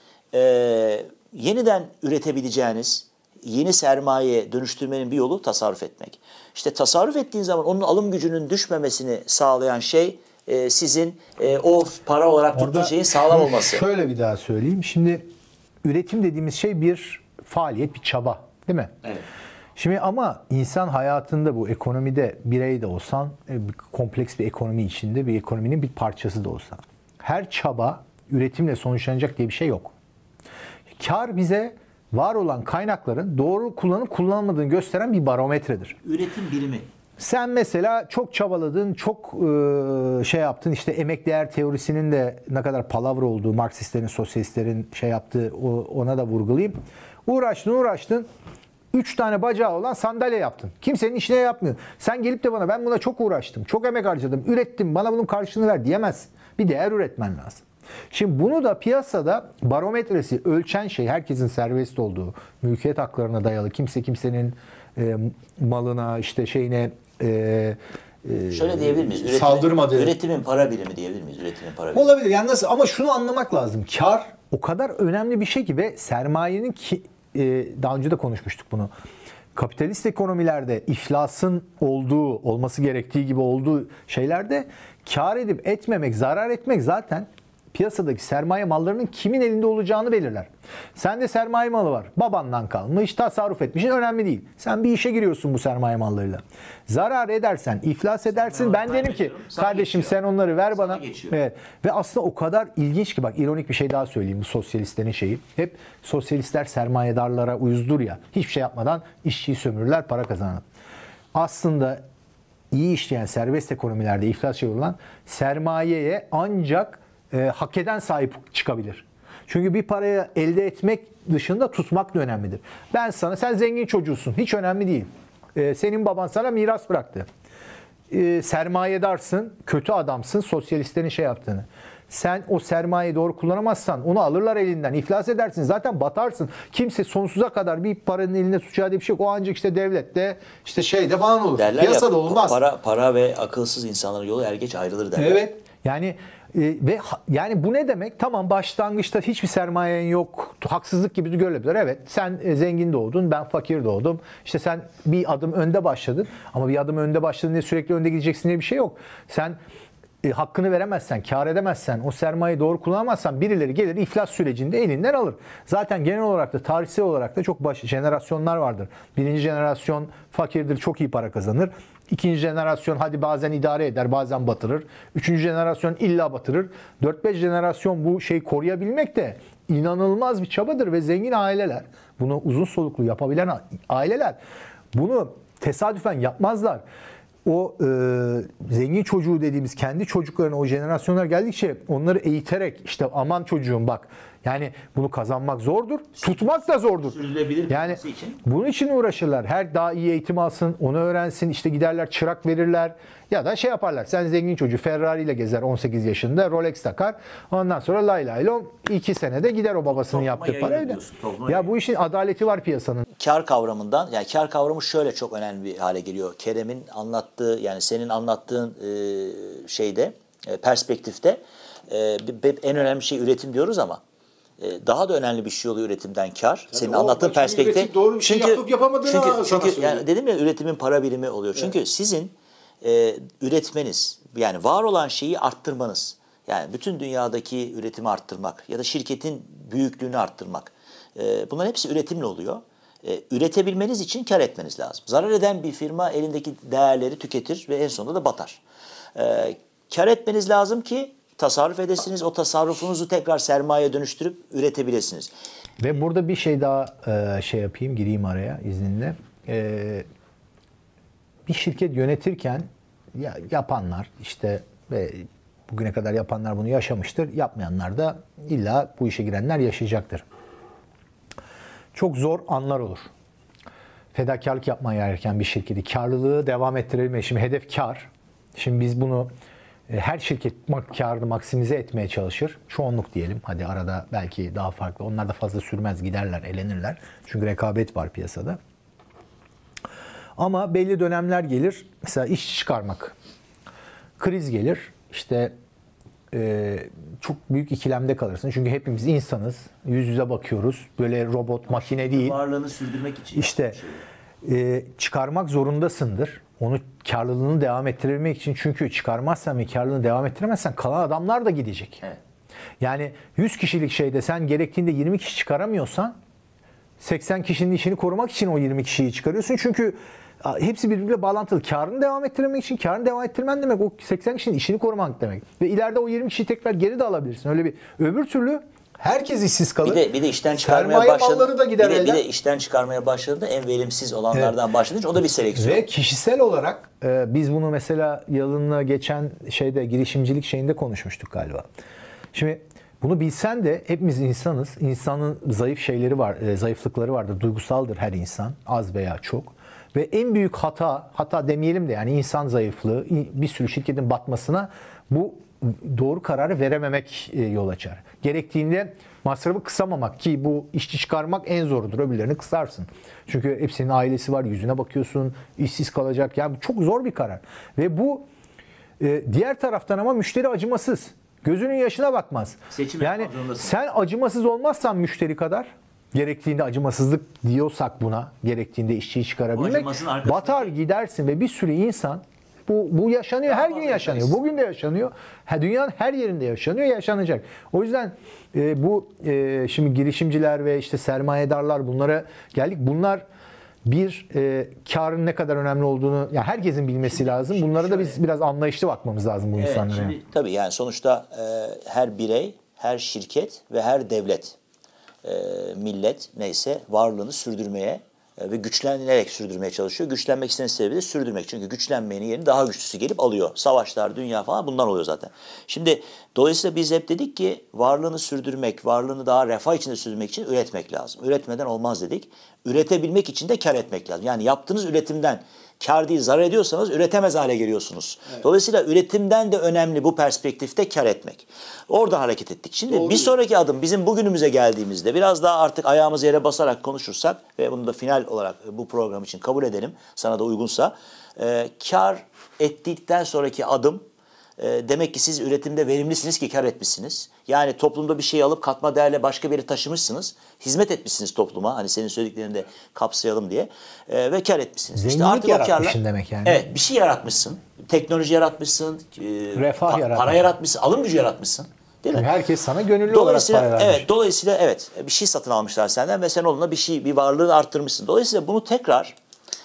yeniden üretebileceğiniz yeni sermayeye dönüştürmenin bir yolu tasarruf etmek. İşte tasarruf ettiğin zaman onun alım gücünün düşmemesini sağlayan şey sizin o para olarak tuttuğu şeyin sağlam olması. Şöyle bir daha söyleyeyim. Şimdi üretim dediğimiz şey bir faaliyet, bir çaba, değil mi? Evet. Şimdi ama insan hayatında, bu ekonomide birey de olsan, kompleks bir ekonomi içinde bir ekonominin bir parçası da olsan, her çaba üretimle sonuçlanacak diye bir şey yok. Kar bize var olan kaynakların doğru kullanıp kullanılmadığını gösteren bir barometredir. Üretim birimi. Sen mesela çok çabaladın, çok yaptın, işte emek değer teorisinin de ne kadar palavra olduğu, Marksistlerin, sosyalistlerin yaptığı, ona da vurgulayayım. Uğraştın. 3 tane bacağı olan sandalye yaptın. Kimsenin işine yapmıyor. Sen gelip de bana ben buna çok uğraştım, çok emek harcadım, ürettim, bana bunun karşılığını ver diyemezsin. Bir değer üretmen lazım. Şimdi bunu da piyasada barometresi ölçen şey, herkesin serbest olduğu, mülkiyet haklarına dayalı, kimse kimsenin malına, şöyle diyebilir miyiz? Saldırmadığı. Üretimin para birimi diyebilir miyiz? Üretimin para birimi. Olabilir. Yani nasıl? Ama şunu anlamak lazım. Kar o kadar önemli bir şey ki ve sermayenin daha önce de konuşmuştuk bunu. Kapitalist ekonomilerde iflasın olması gerektiği gibi olduğu şeylerde kar edip etmemek, zarar etmek zaten piyasadaki sermaye mallarının kimin elinde olacağını belirler. Sende sermaye malı var. Babandan kalmış, tasarruf etmişsin, önemli değil. Sen bir işe giriyorsun bu sermaye mallarıyla. Zarar edersen, iflas edersin. Ben derim ki kardeşim sen onları ver bana. Evet. Ve aslında o kadar ilginç ki, bak ironik bir şey daha söyleyeyim, bu sosyalistlerin şeyi. Hep sosyalistler sermayedarlara uyuzdur ya. Hiçbir şey yapmadan işçiyi sömürürler, para kazanır. Aslında iyi işleyen serbest ekonomilerde iflas olan sermayeye ancak hak eden sahip çıkabilir. Çünkü bir parayı elde etmek dışında tutmak da önemlidir. Sen zengin çocuğusun. Hiç önemli değil. Senin baban sana miras bıraktı. Sermayedarsın, kötü adamsın, sosyalistlerin yaptığını. Sen o sermayeyi doğru kullanamazsan onu alırlar elinden, iflas edersin. Zaten batarsın. Kimse sonsuza kadar bir paranın elinde tutacağı diye bir şey yok. O ancak devlette, falan olur. Derler piyasada ya, olmaz. Para ve akılsız insanların yolu er geç ayrılır derler. Evet. Yani bu ne demek? Tamam, başlangıçta hiçbir sermayen yok. Haksızlık gibi görülebilir. Evet, sen zengin doğdun, ben fakir doğdum. Sen bir adım önde başladın. Ama bir adım önde başladın diye sürekli önde gideceksin diye bir şey yok. Sen hakkını veremezsen, kar edemezsen, o sermayeyi doğru kullanamazsan birileri gelir iflas sürecinde elinden alır. Zaten genel olarak da tarihsel olarak da çok jenerasyonlar vardır. Birinci jenerasyon fakirdir, çok iyi para kazanır. İkinci jenerasyon hadi bazen idare eder, bazen batırır. Üçüncü jenerasyon illa batırır. 4-5 jenerasyon bu koruyabilmek de inanılmaz bir çabadır ve zengin aileler, bunu uzun soluklu yapabilen aileler bunu tesadüfen yapmazlar. O zengin çocuğu dediğimiz kendi çocuklarına, o jenerasyonlar geldikçe onları eğiterek aman çocuğum bak Yani bunu kazanmak zordur, tutmak da zordur. Sürdürülebilir Yani için. bunun için uğraşırlar. Her daha iyi eğitim alsın, onu öğrensin. İşte giderler çırak verirler ya da şey yaparlar. Sen zengin çocuğu Ferrari ile gezer 18 yaşında, Rolex takar. Ondan sonra lay lay lom 2 senede gider o babasının yaptığı parayla. Ya bu işin adaleti var piyasanın. Kar kavramından, yani kar kavramı şöyle çok önemli bir hale geliyor. Kerem'in anlattığı, yani senin anlattığın perspektifte en önemli şey üretim diyoruz ama daha da önemli bir şey oluyor üretimden kar. Senin anlattığın perspektif. Doğru bir şey yapıp yapamadığını çünkü yani dedim ya, üretimin para birimi oluyor. Çünkü sizin üretmeniz, yani var olan şeyi arttırmanız, yani bütün dünyadaki üretimi arttırmak ya da şirketin büyüklüğünü arttırmak, bunların hepsi üretimle oluyor. Üretebilmeniz için kar etmeniz lazım. Zarar eden bir firma elindeki değerleri tüketir ve en sonunda da batar. Kar etmeniz lazım ki tasarruf edesiniz. O tasarrufunuzu tekrar sermayeye dönüştürüp üretebilirsiniz. Ve burada bir şey daha gireyim araya izninle. Bir şirket yönetirken yapanlar işte ve bugüne kadar yapanlar bunu yaşamıştır. Yapmayanlar da illa bu işe girenler yaşayacaktır. Çok zor anlar olur. Fedakarlık yapman gereken bir şirketi, karlılığı devam ettirebilmek. Şimdi hedef kar. Şimdi biz bunu her şirket karını maksimize etmeye çalışır. Çoğunluk diyelim. Hadi arada belki daha farklı. Onlar da fazla sürmez, giderler, elenirler. Çünkü rekabet var piyasada. Ama belli dönemler gelir. Mesela iş çıkarmak. Kriz gelir. İşte çok büyük ikilemde kalırsın. Çünkü hepimiz insanız. Yüz yüze bakıyoruz. Böyle robot, makine değil. Varlığını sürdürmek için. İşte çıkarmak zorundasındır. Onu karlılığını devam ettirebilmek için. Çünkü çıkarmazsan ve karlılığını devam ettiremezsen kalan adamlar da gidecek. Evet. Yani 100 kişilik şeyde sen gerektiğinde 20 kişi çıkaramıyorsan 80 kişinin işini korumak için o 20 kişiyi çıkarıyorsun. Çünkü hepsi birbiriyle bağlantılı. Karını devam ettirmek için karını devam ettirmen demek o 80 kişinin işini korumak demek. Ve ileride o 20 kişiyi tekrar geri de alabilirsin. Öyle bir öbür türlü herkes işsiz kalır. Bir de işten çıkarmaya Sermaye başladı. malları da gider Bir de işten çıkarmaya başladı. En verimsiz olanlardan başladı. O da bir seleksiyon. Ve kişisel olarak biz bunu mesela Yalın'la geçen girişimcilik şeyinde konuşmuştuk galiba. Şimdi bunu bilsen de hepimiz insanız. İnsanın zayıf şeyleri var, zayıflıkları vardır. Duygusaldır her insan, az veya çok. Ve en büyük hata demeyelim de yani insan zayıflığı bir sürü şirketin batmasına bu doğru kararı verememek yol açar. Gerektiğinde masrafı kısamamak ki bu işçi çıkarmak en zorudur. Öbürlerini kısarsın. Çünkü hepsinin ailesi var, yüzüne bakıyorsun, işsiz kalacak. Yani çok zor bir karar. Ve bu diğer taraftan ama müşteri acımasız. Gözünün yaşına bakmaz. Yani sen acımasız olmazsan müşteri kadar, gerektiğinde acımasızlık diyorsak buna, gerektiğinde işçiyi çıkarabilmek, batar gidersin ve bir sürü insan bu yaşanıyor, her gün yaşanıyor. Bugün de yaşanıyor. Dünyanın her yerinde yaşanıyor, yaşanacak. O yüzden şimdi girişimciler ve işte sermayedarlar bunlara geldik. Bunlar karın ne kadar önemli olduğunu yani herkesin bilmesi lazım. Bunlara da biz biraz anlayışlı bakmamız lazım bu insanlara. Şimdi, tabii yani sonuçta her birey, her şirket ve her devlet, millet neyse varlığını sürdürmeye ve güçlenerek sürdürmeye çalışıyor. Güçlenmek istenen sebebi de sürdürmek. Çünkü güçlenmenin yerini daha güçlüsü gelip alıyor. Savaşlar, dünya falan bundan oluyor zaten. Şimdi dolayısıyla biz hep dedik ki varlığını sürdürmek, varlığını daha refah içinde sürdürmek için üretmek lazım. Üretmeden olmaz dedik. Üretebilmek için de kar etmek lazım. Yani yaptığınız üretimden kar değil zarar ediyorsanız üretemez hale geliyorsunuz. Evet. Dolayısıyla üretimden de önemli bu perspektifte kar etmek. Orada hareket ettik. Şimdi bir sonraki adım bizim bugünümüze geldiğimizde biraz daha artık ayağımızı yere basarak konuşursak ve bunu da final olarak bu program için kabul edelim. Sana da uygunsa. Kar ettikten sonraki adım demek ki siz üretimde verimlisiniz ki kar etmişsiniz. Yani toplumda bir şey alıp katma değerle başka bir yere taşımışsınız. Hizmet etmişsiniz topluma. Hani senin söylediklerini de kapsayalım diye. Ve kar etmişsiniz. Zenginlik yaratmışsın demek yani. Evet, bir şey yaratmışsın. Teknoloji yaratmışsın. Refah yaratmışsın. Para yaratmışsın. Alım gücü yaratmışsın. Değil mi? Herkes sana gönüllü olarak para vermiş. Evet, dolayısıyla bir şey satın almışlar senden ve sen onunla bir varlığını arttırmışsın. Dolayısıyla bunu tekrar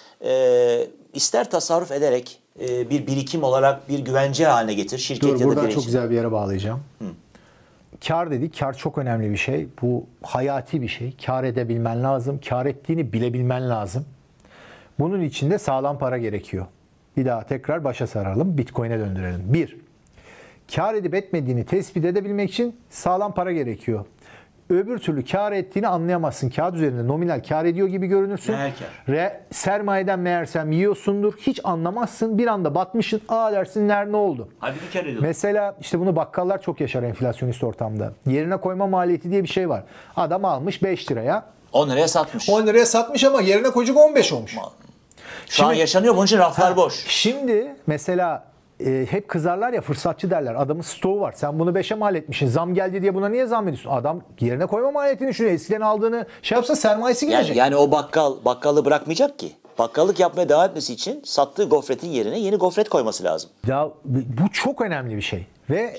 ister tasarruf ederek bir birikim olarak bir güvence haline getir. Şirket Buradan çok güzel bir yere bağlayacağım. Kar dedik. Kar çok önemli bir şey. Bu hayati bir şey. Kar edebilmen lazım. Kar ettiğini bilebilmen lazım. Bunun için de sağlam para gerekiyor. Bir daha tekrar başa saralım. Bitcoin'e döndürelim. 1. Kar edip etmediğini tespit edebilmek için sağlam para gerekiyor. Öbür türlü kar ettiğini anlayamazsın. Kağıt üzerinde nominal kar ediyor gibi görünürsün. Sermayeden meğersem yiyorsundur. Hiç anlamazsın. Bir anda batmışsın. Aa dersin ne oldu? Halbuki kar ediyor. Mesela işte bunu bakkallar çok yaşar enflasyonist ortamda. Yerine koyma maliyeti diye bir şey var. Adam almış 5 liraya. 10 liraya satmış. 10 liraya satmış ama yerine koyacak 15 olmuş. Şu an yaşanıyor. Bunun için raflar boş. Şimdi mesela hep kızarlar ya, fırsatçı derler. Adamın stoğu var. Sen bunu 5'e mal etmişsin. Zam geldi diye buna niye zam ediyorsun? Adam yerine koyma maliyetini düşünüyor. Eskiden aldığını şey yapsa sermayesi gelecek. Yani o bakkalı bırakmayacak ki. Bakkallık yapmaya devam etmesi için sattığı gofretin yerine yeni gofret koyması lazım. Ya bu çok önemli bir şey. Ve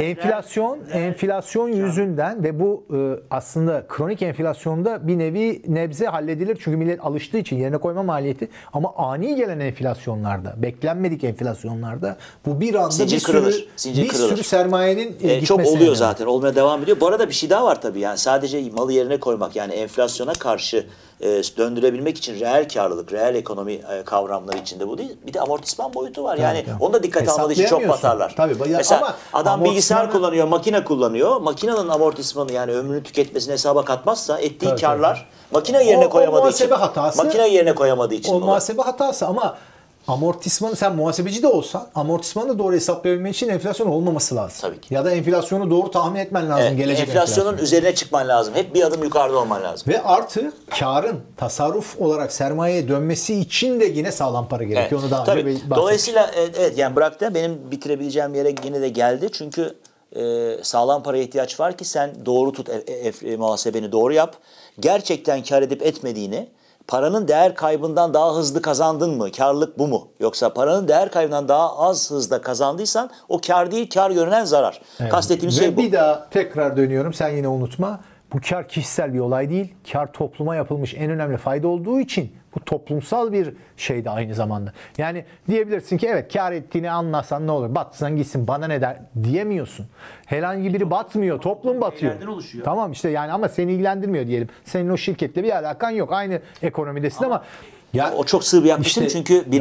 enflasyon yüzünden ve bu aslında kronik enflasyonda bir nevi nebze halledilir. Çünkü millet alıştığı için yerine koyma maliyeti, ama ani gelen enflasyonlarda, beklenmedik enflasyonlarda bu bir anda Zincir bir sürü sermayenin gitmesine çok oluyor zaten. Olmaya devam ediyor. Bu arada bir şey daha var tabii. Yani sadece malı yerine koymak, yani enflasyona karşı döndürebilmek için reel karlılık, reel ekonomi kavramları içinde bu değil. Bir de amortisman boyutu var. Yani onu da dikkate almadığı için çok batarlar. Tabii. Mesela ama adam bilgisayar kullanıyor, makine kullanıyor. Makinenin amortismanı, yani ömrünü tüketmesini hesaba katmazsa ettiği karlar makine yerine koyamadığı için. Makine yerine koyamadığı için. O muhasebe hatası, ama amortismanı, sen muhasebeci de olsan amortismanı da doğru hesaplayabilmen için enflasyon olmaması lazım. Tabii ki. Ya da enflasyonu doğru tahmin etmen lazım. Gelecek enflasyonun üzerine çıkman lazım. Hep bir adım yukarıda olman lazım. Ve artı karın tasarruf olarak sermayeye dönmesi için de yine sağlam para gerekiyor. Onu daha önce bahsettim. Dolayısıyla yani Burak da benim bitirebileceğim yere yine de geldi. Çünkü sağlam paraya ihtiyaç var ki sen doğru tut, muhasebeni doğru yap. Gerçekten kar edip etmediğini, paranın değer kaybından daha hızlı kazandın mı? Karlılık bu mu? Yoksa paranın değer kaybından daha az hızda kazandıysan o kar değil, kar görünen zarar. Evet. Kastettiğimiz şey bu. Bir daha tekrar dönüyorum, sen yine unutma. Bu kar kişisel bir olay değil. Kar topluma yapılmış en önemli fayda olduğu için bu toplumsal bir şey de aynı zamanda. Yani diyebilirsin ki evet, kar ettiğini anlasan ne olur? Batsan gitsin, bana ne der diyemiyorsun. Herhangi biri batmıyor, toplum batıyor. Tamam işte, yani ama seni ilgilendirmiyor diyelim. Senin o şirketle bir alakan yok. Aynı ekonomidesin ama ya o çok sığ bir yaklaşım işte, çünkü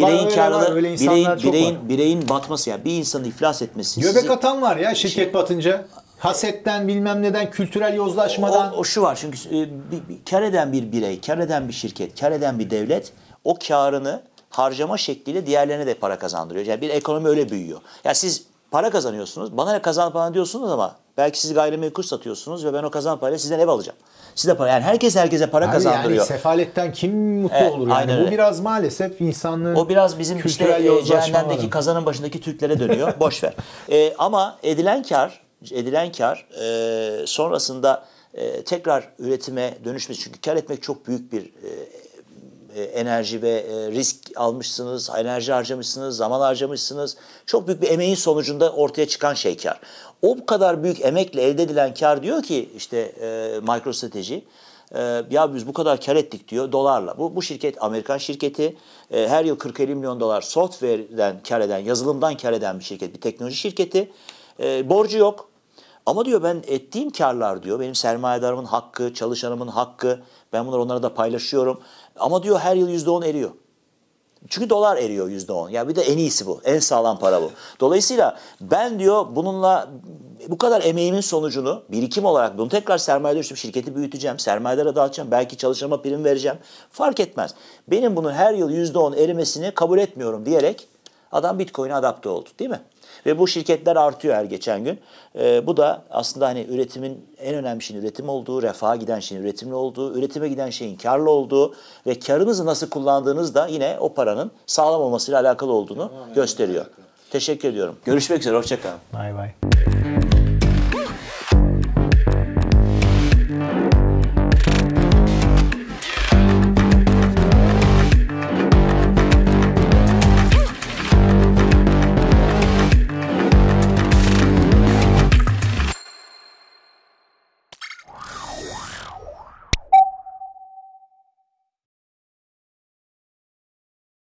bireyin batması, yani bir insanın iflas etmesi. Göbek atan var ya şirket batınca. Hasetten, bilmem neden, kültürel yozlaşmadan. O şu var, çünkü kar eden bir birey, kar eden bir şirket, kar eden bir devlet o karını harcama şekliyle diğerlerine de para kazandırıyor. Yani bir ekonomi öyle büyüyor. Yani siz para kazanıyorsunuz, bana ne kazan bana diyorsunuz, ama belki siz gayrimenkul satıyorsunuz ve ben o kazan parayla sizden ev alacağım. Size para, yani herkese para kazandırıyor. Yani sefaletten kim mutlu olur yani? Bu biraz maalesef insanlığın o biraz bizim işte cehennemdeki kazanın başındaki Türklere dönüyor. Boş ver. Ama edilen kar sonrasında tekrar üretime dönüşmesi. Çünkü kar etmek çok büyük bir enerji ve risk almışsınız, enerji harcamışsınız, zaman harcamışsınız. Çok büyük bir emeğin sonucunda ortaya çıkan şey kar. O kadar büyük emekle elde edilen kar, diyor ki işte MicroStrategy, ya biz bu kadar kar ettik diyor dolarla. Bu şirket Amerikan şirketi, her yıl 40-50 milyon dolar software'den kar eden, yazılımdan kar eden bir şirket, bir teknoloji şirketi. Borcu yok. Ama diyor ben ettiğim karlar, diyor benim sermayedarımın hakkı, çalışanımın hakkı, ben bunları onlara da paylaşıyorum. Ama diyor her yıl %10 eriyor. Çünkü dolar eriyor %10. Ya bir de en iyisi bu. En sağlam para bu. Dolayısıyla ben diyor bununla bu kadar emeğimin sonucunu birikim olarak bunu tekrar sermaye dönüştürüp şirketi büyüteceğim. Sermayelere dağıtacağım. Belki çalışanıma prim vereceğim. Fark etmez. Benim bunun her yıl %10 erimesini kabul etmiyorum diyerek adam Bitcoin'e adapte oldu, değil mi? Ve bu şirketler artıyor her geçen gün. Bu da aslında hani üretimin en önemli şeyin üretim olduğu, refaha giden şeyin üretimli olduğu, üretime giden şeyin karlı olduğu ve karınızı nasıl kullandığınız da yine o paranın sağlam olmasıyla alakalı olduğunu gösteriyor. Teşekkür ediyorum. Görüşmek üzere, hoşça kalın. Bay bay.